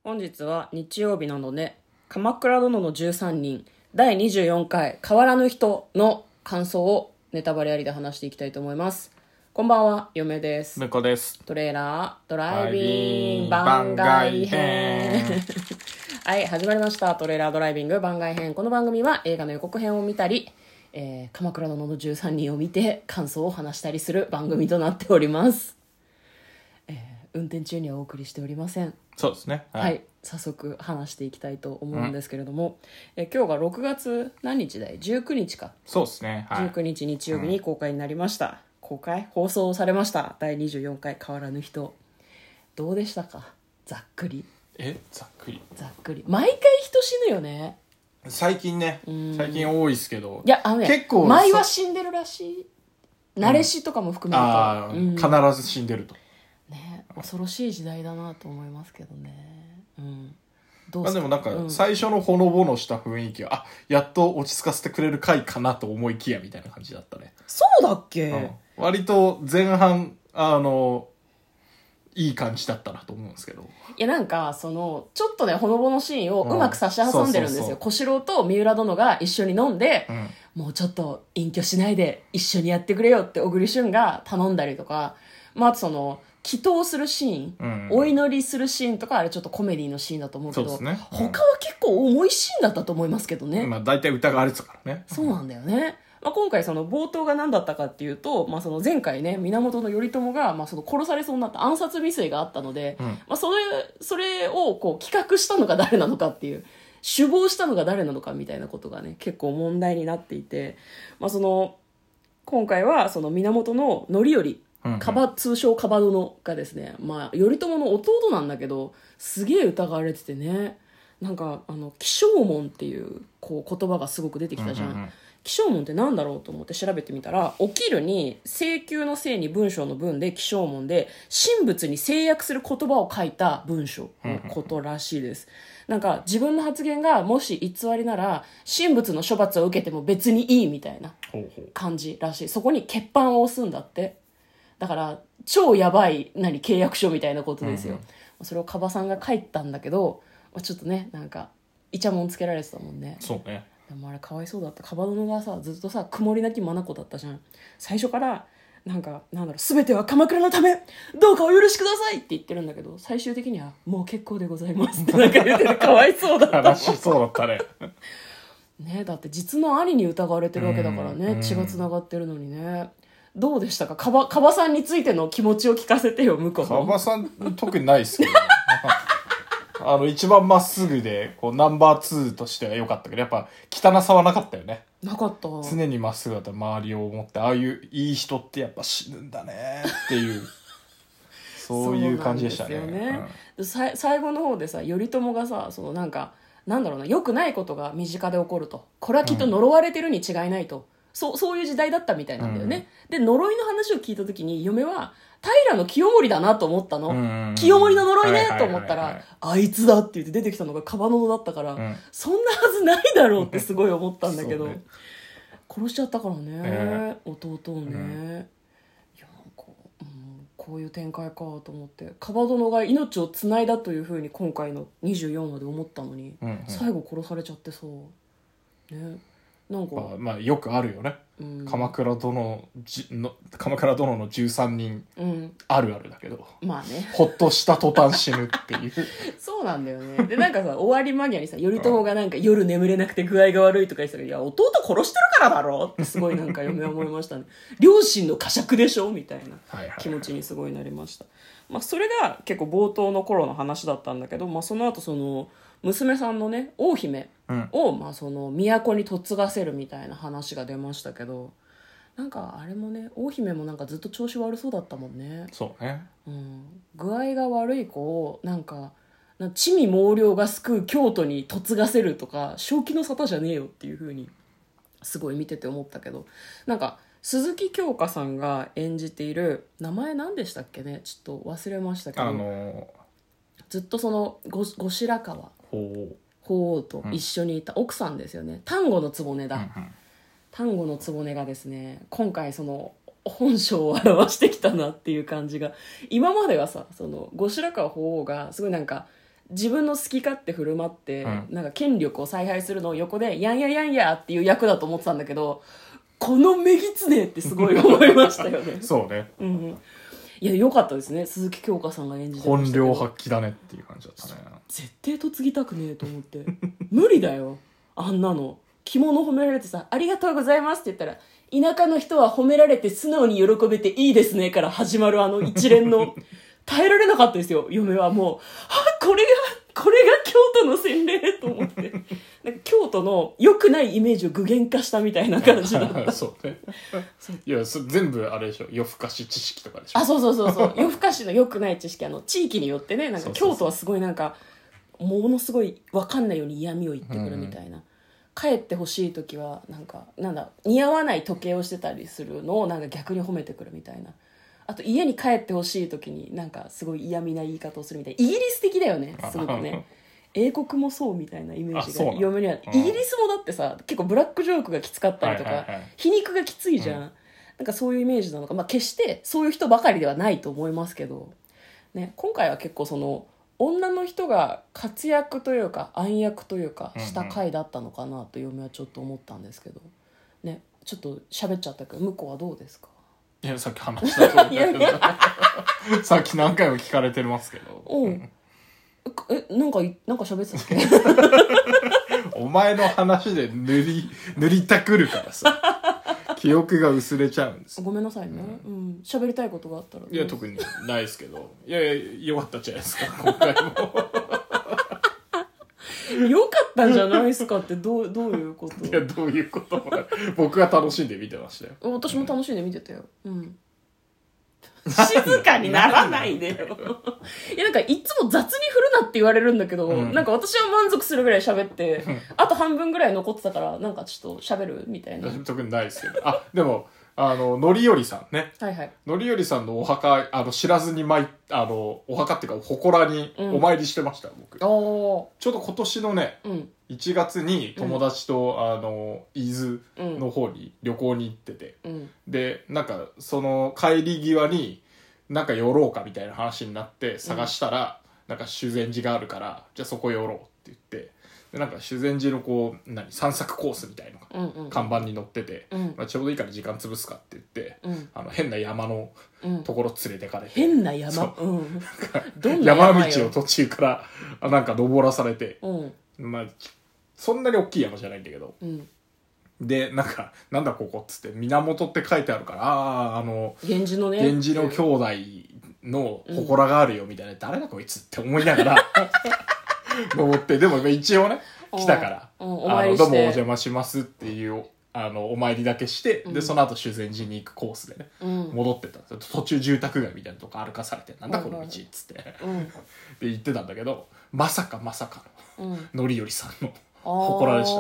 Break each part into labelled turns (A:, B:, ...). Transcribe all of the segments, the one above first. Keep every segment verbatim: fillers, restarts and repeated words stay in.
A: 本日は日曜日なので鎌倉殿のじゅうさんにんだいにじゅうよんかい変わらぬ人の感想をネタバレありで話していきたいと思います。こんばんは、嫁です。
B: 向こうです。
A: トレーラードライビング番外編はい、始まりました。トレーラードライビング番外編。この番組は映画の予告編を見たり、えー、鎌倉殿のじゅうさんにんを見て感想を話したりする番組となっております。えー、運転中にはお送りしておりません。
B: そうですね。
A: はい、はい、早速話していきたいと思うんですけれども、うん、え今日がろくがつ何日だいじゅうくにちか。
B: そうですね、
A: はい、じゅうくにち日曜日に公開になりました、うん、公開放送されましただいにじゅうよんかい変わらぬ人。どうでしたか？ざっくり。
B: えざっくり
A: ざっくり毎回人死ぬよね
B: 最近ね。最近多いですけど、
A: いやあのね、
B: 結構
A: 前は死んでるらしい。慣れ死とかも含めると、
B: あ、うん、必ず死んでると
A: ね。恐ろしい時代だなと思いますけどね。うん、どう
B: まあ、でもなんか最初のほのぼのした雰囲気は、うん、あやっと落ち着かせてくれる回かなと思いきやみたいな感じだったね。
A: そうだっけ、
B: うん、割と前半あのいい感じだったなと思うんですけど、
A: いやなんかそのちょっとねほのぼのシーンをうまく差し挟んでるんですよ。小四郎と三浦殿が一緒に飲んで、うん、もうちょっと隠居しないで一緒にやってくれよって小栗旬が頼んだりとか、まあ、あとその祈祷するシーン、うん、お祈りするシーンとかあれちょっとコメディのシーンだと思うけど、ね、うん、他は結構重いシーンだったと思いますけどね。
B: まあ大体疑われてたからね。
A: そうなんだよね。まあ、今回その冒頭が何だったかっていうと、まあ、その前回ね源頼朝がまあその殺されそうになった暗殺未遂があったので、うん、まあ、それそれをこう企画したのが誰なのかっていう首謀したのが誰なのかみたいなことがね結構問題になっていて、まあ、その今回はその源の頼頼カバ通称カバ殿がですね、まあ、頼朝の弟なんだけどすげえ疑われててね。なんかあの起請文っていう、こう言葉がすごく出てきたじゃん、うんうんうん。起請文ってなんだろうと思って調べてみたら、起きるに請求の請に文章の文で起請文で、神仏に制約する言葉を書いた文章のことらしいです。なんか自分の発言がもし偽りなら神仏の処罰を受けても別にいいみたいな感じらしい。そこに欠板を押すんだって。だから超やばい何契約書みたいなことですよ、うんうん、それをカバさんが書いたんだけど、ちょっとねなんかイチャモンつけられてたもんね。
B: そうね。
A: でもあれかわいそうだった。カバ殿がさずっとさ曇りなき眼だったじゃん。最初からなんかなんだろう、全ては鎌倉のためどうかお許しくださいって言ってるんだけど、最終的にはもう結構でございますってなんか言っててかわいそうだった
B: 悲しそうだったね
A: ね。だって実の兄に疑われてるわけだからね、血がつながってるのにね。どうでしたか？カバ、カバさんについての気持ちを聞かせてよ、向こう。
B: カバさん特にないですけど、ね、あの一番まっすぐでこうナンバーツーとしては良かったけど、やっぱ汚さはなかったよね。
A: なかった。
B: 常にまっすぐだった周りを思って、ああいういい人ってやっぱ死ぬんだねっていうそういう感じでしたね。そうなんですよね、うん、さ
A: 最後の方でさ頼朝がさそのなんかなんだろうな、良くないことが身近で起こると、これはきっと呪われてるに違いないと、うん、そう、そういう時代だったみたいなんだよね、うん、で呪いの話を聞いた時に嫁は平清盛だなと思ったの、うん、清盛の呪いねと思ったら、はいはいはいはい、あいつだって言って出てきたのがカバ殿だったから、うん、そんなはずないだろうってすごい思ったんだけど、ね、殺しちゃったからね、えー、弟をね、うん、いやなんか、うん、こういう展開かと思って、カバ殿が命をつないだというふうに今回のにじゅうよんわで思ったのに、うんうん、最後殺されちゃってさね。なんか
B: まあ、まあよくあるよね、うん、鎌倉殿じの鎌倉殿のじゅうさんにん、うん、あるあるだけど、
A: まあね、
B: ほっとした途端死ぬっていう
A: そうなんだよね。でなんかさ終わり間際にさ頼朝がなんか夜眠れなくて具合が悪いとか言ってたけど、いや弟殺してるからだろってすごいなんか嫁は思いましたね両親の呵責でしょみたいな気持ちにすごいなりました、はいはいはい。まあ、それが結構冒頭の頃の話だったんだけど、まあ、その後その娘さんのね大姫を、うん、まあ、その都に嫁がせるみたいな話が出ましたけど、なんかあれもね大姫もなんかずっと調子悪そうだったもんね。
B: そうね、
A: うん、具合が悪い子をなんか地味猛量が救う京都に嫁がせるとか正気の沙汰じゃねえよっていう風にすごい見てて思ったけど、なんか鈴木京香さんが演じている名前何でしたっけね、ちょっと忘れましたけど、
B: あの
A: ー、ずっとその後白河法皇と一緒にいた奥さんですよね、うん、丹後の局だ、うんうん、丹後の局がですね今回その本性を表してきたなっていう感じが、今まではさその後白河法皇がすごいなんか自分の好き勝手振る舞って、
B: うん、
A: なんか権力を采配するのを横でやんややんやっていう役だと思ってたんだけど、このメギツネってすごい思いましたよね
B: そうね、
A: うん、いや良かったですね、鈴木京香さんが演じてましたけど
B: 本領発揮だねっていう感じだったね。
A: 絶対嫁ぎたくねえと思って無理だよあんなの。着物褒められてさ、ありがとうございますって言ったら、田舎の人は褒められて素直に喜べていいですねから始まるあの一連の耐えられなかったですよ、嫁は。もうあ、これがこれが京都の洗礼と思ってなんか京都の良くないイメージを具現化したみたいな感じだった
B: そうねいやそ全部あれでしょ、夜更かし知識とかでしょ。
A: あ、そうそうそうそう夜更かしの良くない知識、あの地域によってね、なんか京都はすごいなんかものすごい分かんないように嫌味を言ってくるみたいな、うん、帰ってほしい時はなんかなんだ似合わない時計をしてたりするのをなんか逆に褒めてくるみたいな。あと家に帰ってほしい時になんかすごい嫌味な言い方をするみたいな。イギリス的だよねすごくね英国もそうみたいなイメージが嫁には。イギリスもだってさ結構ブラックジョークがきつかったりとか、はいはいはい、皮肉がきついじゃん、うん、なんかそういうイメージなのか、まあ、決してそういう人ばかりではないと思いますけど、ね、今回は結構その女の人が活躍というか暗躍というかした回だったのかなと嫁はちょっと思ったんですけど、ね、ちょっと喋っちゃったけど向こうはどうですか。
B: いやさっき話したと思うけどさっき何回も聞かれてますけど、
A: うん、えなんかなんか喋ってたっけ
B: お前の話で塗り塗りたくるからさ記憶が薄れちゃうんです。
A: ごめんなさいね、うんうん、喋りたいことがあったら。
B: いや特にないですけどいやいやよかったじゃないですか今回も
A: よかったんじゃないですかってどう、どういうこと。
B: いやどういうことも僕は楽しんで見てましたよ。
A: 私も楽しんで見てたよ、うん、静かにならないでよいやなんかいつも雑に振るなって言われるんだけど、うん、なんか私は満足するぐらい喋ってあと半分ぐらい残ってたからなんかちょっと喋るみたいな。
B: 特にないですけど、あでもあののりよりさんね、
A: はいはい、
B: のりよりさんのお墓あの知らずにまいあのお墓っていうか祠にお参りしてました、うん、僕ちょうど今年のね、うん、いちがつに友達と、うん、あの伊豆の方に旅行に行ってて、うん、でなんかその帰り際になんか寄ろうかみたいな話になって探したら、うん、なんか修善寺があるからじゃあそこ寄ろうって言ってでなんか修善寺のこう何散策コースみたいのが看板に載ってて、うんうんまあ、ちょうどいいから時間潰すかって言って、うん、あの変な山のところ連れてかれて、
A: 変な山、うん、
B: どんな山道を途中からなんか登らされて、うん、まあそんなに大きい山じゃないんだけど、うん、でなんかなんだここっつって源って書いてあるからあああの
A: 源氏のね
B: 源氏の兄弟の祠があるよみたいな、うん、誰だこいつって思いながら登ってでも一応ね来たからあのどうもお邪魔しますっていうあのお参りだけして、うん、でその後修善寺に行くコースでね、うん、戻ってた途中住宅街みたいなとこ歩かされてなんだこの道っつって、うん、で行ってたんだけどまさかまさかののりよりさんの祠でした。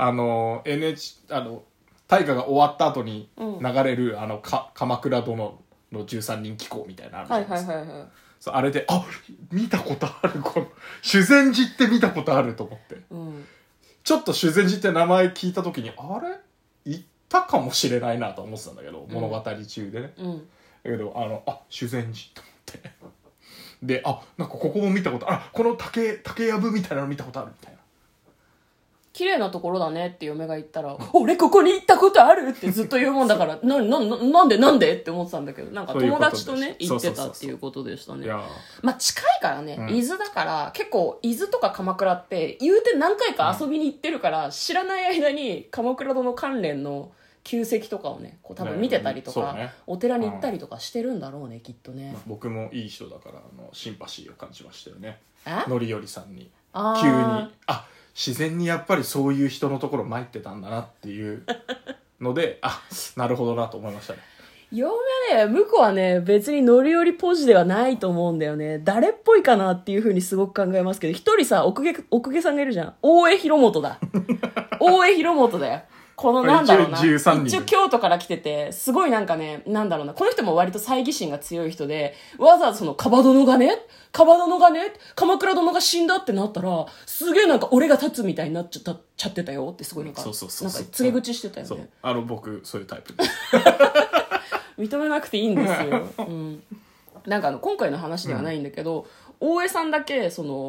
B: あの エヌエイチ あの大河が終わった後に流れる、うん、あのか鎌倉殿のじゅうさんにん紀行みたいなのあるじゃないですか、はいはいはいはい、そうあれであ見たことあるこの修善寺って見たことあると思って、うん、ちょっと修善寺って名前聞いた時にあれ行ったかもしれないなと思ってたんだけど、うん、物語中でね、うん、だけどあのあ修善寺と思ってであなんかここも見たことあこの竹竹やぶみたいなの見たことあるみたいな
A: 綺麗なところだねって嫁が言ったら、うん、俺ここに行ったことあるってずっと言うもんだからな, な, な, なんでなんでって思ってたんだけどなんか友達とね行ってたっていうことでしたね。まあ近いからね、うん、伊豆だから結構伊豆とか鎌倉って言うて何回か遊びに行ってるから、うん、知らない間に鎌倉殿関連の旧跡とかをねこう多分見てたりとか、ねね、お寺に行ったりとかしてるんだろうね、うん、きっとね。
B: 僕もいい人だからあのシンパシーを感じましたよねのりよりさんに急にあ自然にやっぱりそういう人のところ参ってたんだなっていうのであなるほどなと思いましたね。
A: 嫁ね向こうはね別に乗り降りポジではないと思うんだよね。誰っぽいかなっていう風にすごく考えますけど一人さ奥下奥下さんがいるじゃん。大江広元だ大江広元だよこのなんだろうな一応京都から来ててすごいなんかねなんだろうなこの人も割と猜疑心が強い人でわざわざそのカバ殿がねカバ殿がね鎌倉殿が死んだってなったらすげえなんか俺が立つみたいになっちゃったちゃってたよってすごいなんかなんか告げ口してたよね。
B: そうあの僕そういうタイプです
A: 認めなくていいんですよ、うん、なんかあの今回の話ではないんだけど、うん、大江さんだけその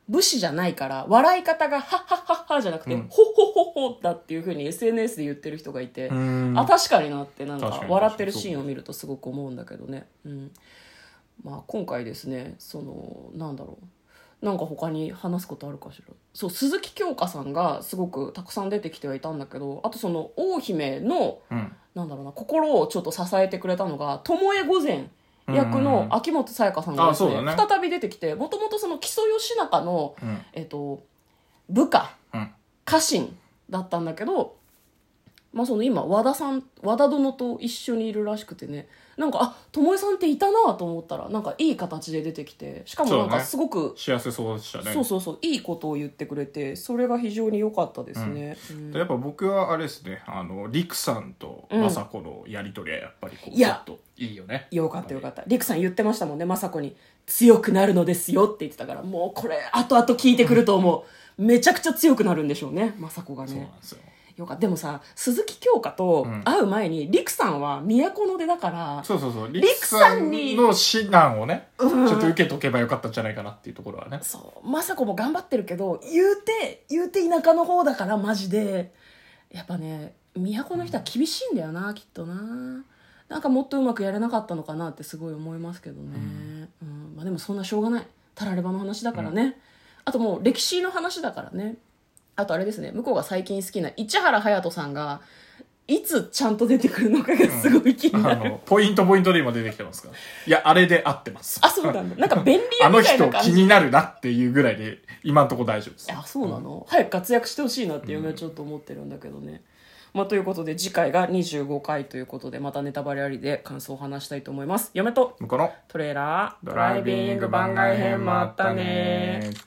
A: 武士じゃないから笑い方がハッハッハッハじゃなくて、
B: うん
A: ホッホッホッホだっていう風に エスエヌエス で言ってる人がいて、あ確かになってなんか
B: 確かに
A: 笑ってるシーンを見るとすごく思うんだけどね、うんまあ、今回ですねそのなんだろうなんか他に話すことあるかしら。そう鈴木京香さんがすごくたくさん出てきてはいたんだけど、あとその大姫の、
B: うん、
A: なんだろうな心をちょっと支えてくれたのが巴御前役の秋元才加さんがですね、
B: うんうんね、
A: 再び出てきて、もともとその木曽義仲の、
B: うん
A: えっと、部下、
B: うん、
A: 家臣だったんだけど、まあ、その今和田さん和田殿と一緒にいるらしくてね、なんかあ巴さんっていたなと思ったらなんかいい形で出てきて、しかもなんかすごく
B: 幸せそうでしたね。
A: そうそうそういいことを言ってくれて、それが非常に良かったですね、
B: うんうん、やっぱ僕はあれですね、あの陸さんと雅子のやり取りはやっぱりこう、
A: うん、いや
B: ちょっといいよね。
A: よかったよかった。陸さん言ってましたもんね、雅子に強くなるのですよって言ってたから、もうこれ後々聞いてくると思う、めちゃくちゃ強くなるんでしょうね雅子がね。
B: そうなんですよ。
A: よかった。でもさ鈴木京香と会う前に、うん、陸さんは都の出だから、
B: そうそうそう陸さんの指南をね、うん、ちょっと受けとけばよかったんじゃないかなっていうところはね。
A: そう雅子も頑張ってるけど言うて言うて田舎の方だからマジでやっぱね都の人は厳しいんだよな、うん、きっとな。なんかもっとうまくやれなかったのかなってすごい思いますけどね、うんうんまあ、でもそんなしょうがない、たらればの話だからね、うん、あともう歴史の話だからね。あとあれですね、向こうが最近好きな市原隼人さんがいつちゃんと出てくるのかがすごい気になる、うん、
B: あのポイントポイントで今出てきてますから。いやあれで合ってます。
A: あそうなんだ。なんか便利屋みたいな感じ。
B: あの人気になるなっていうぐらいで今んとこ大丈夫です。
A: あそうなの、うん、早く活躍してほしいなって嫁はちょっと思ってるんだけどね、うんまあ、ということで次回がにじゅうごかいということで、またネタバレありで感想を話したいと思います。嫁と
B: 向こうの
A: トレーラー
B: ドライビング番外編もあったね。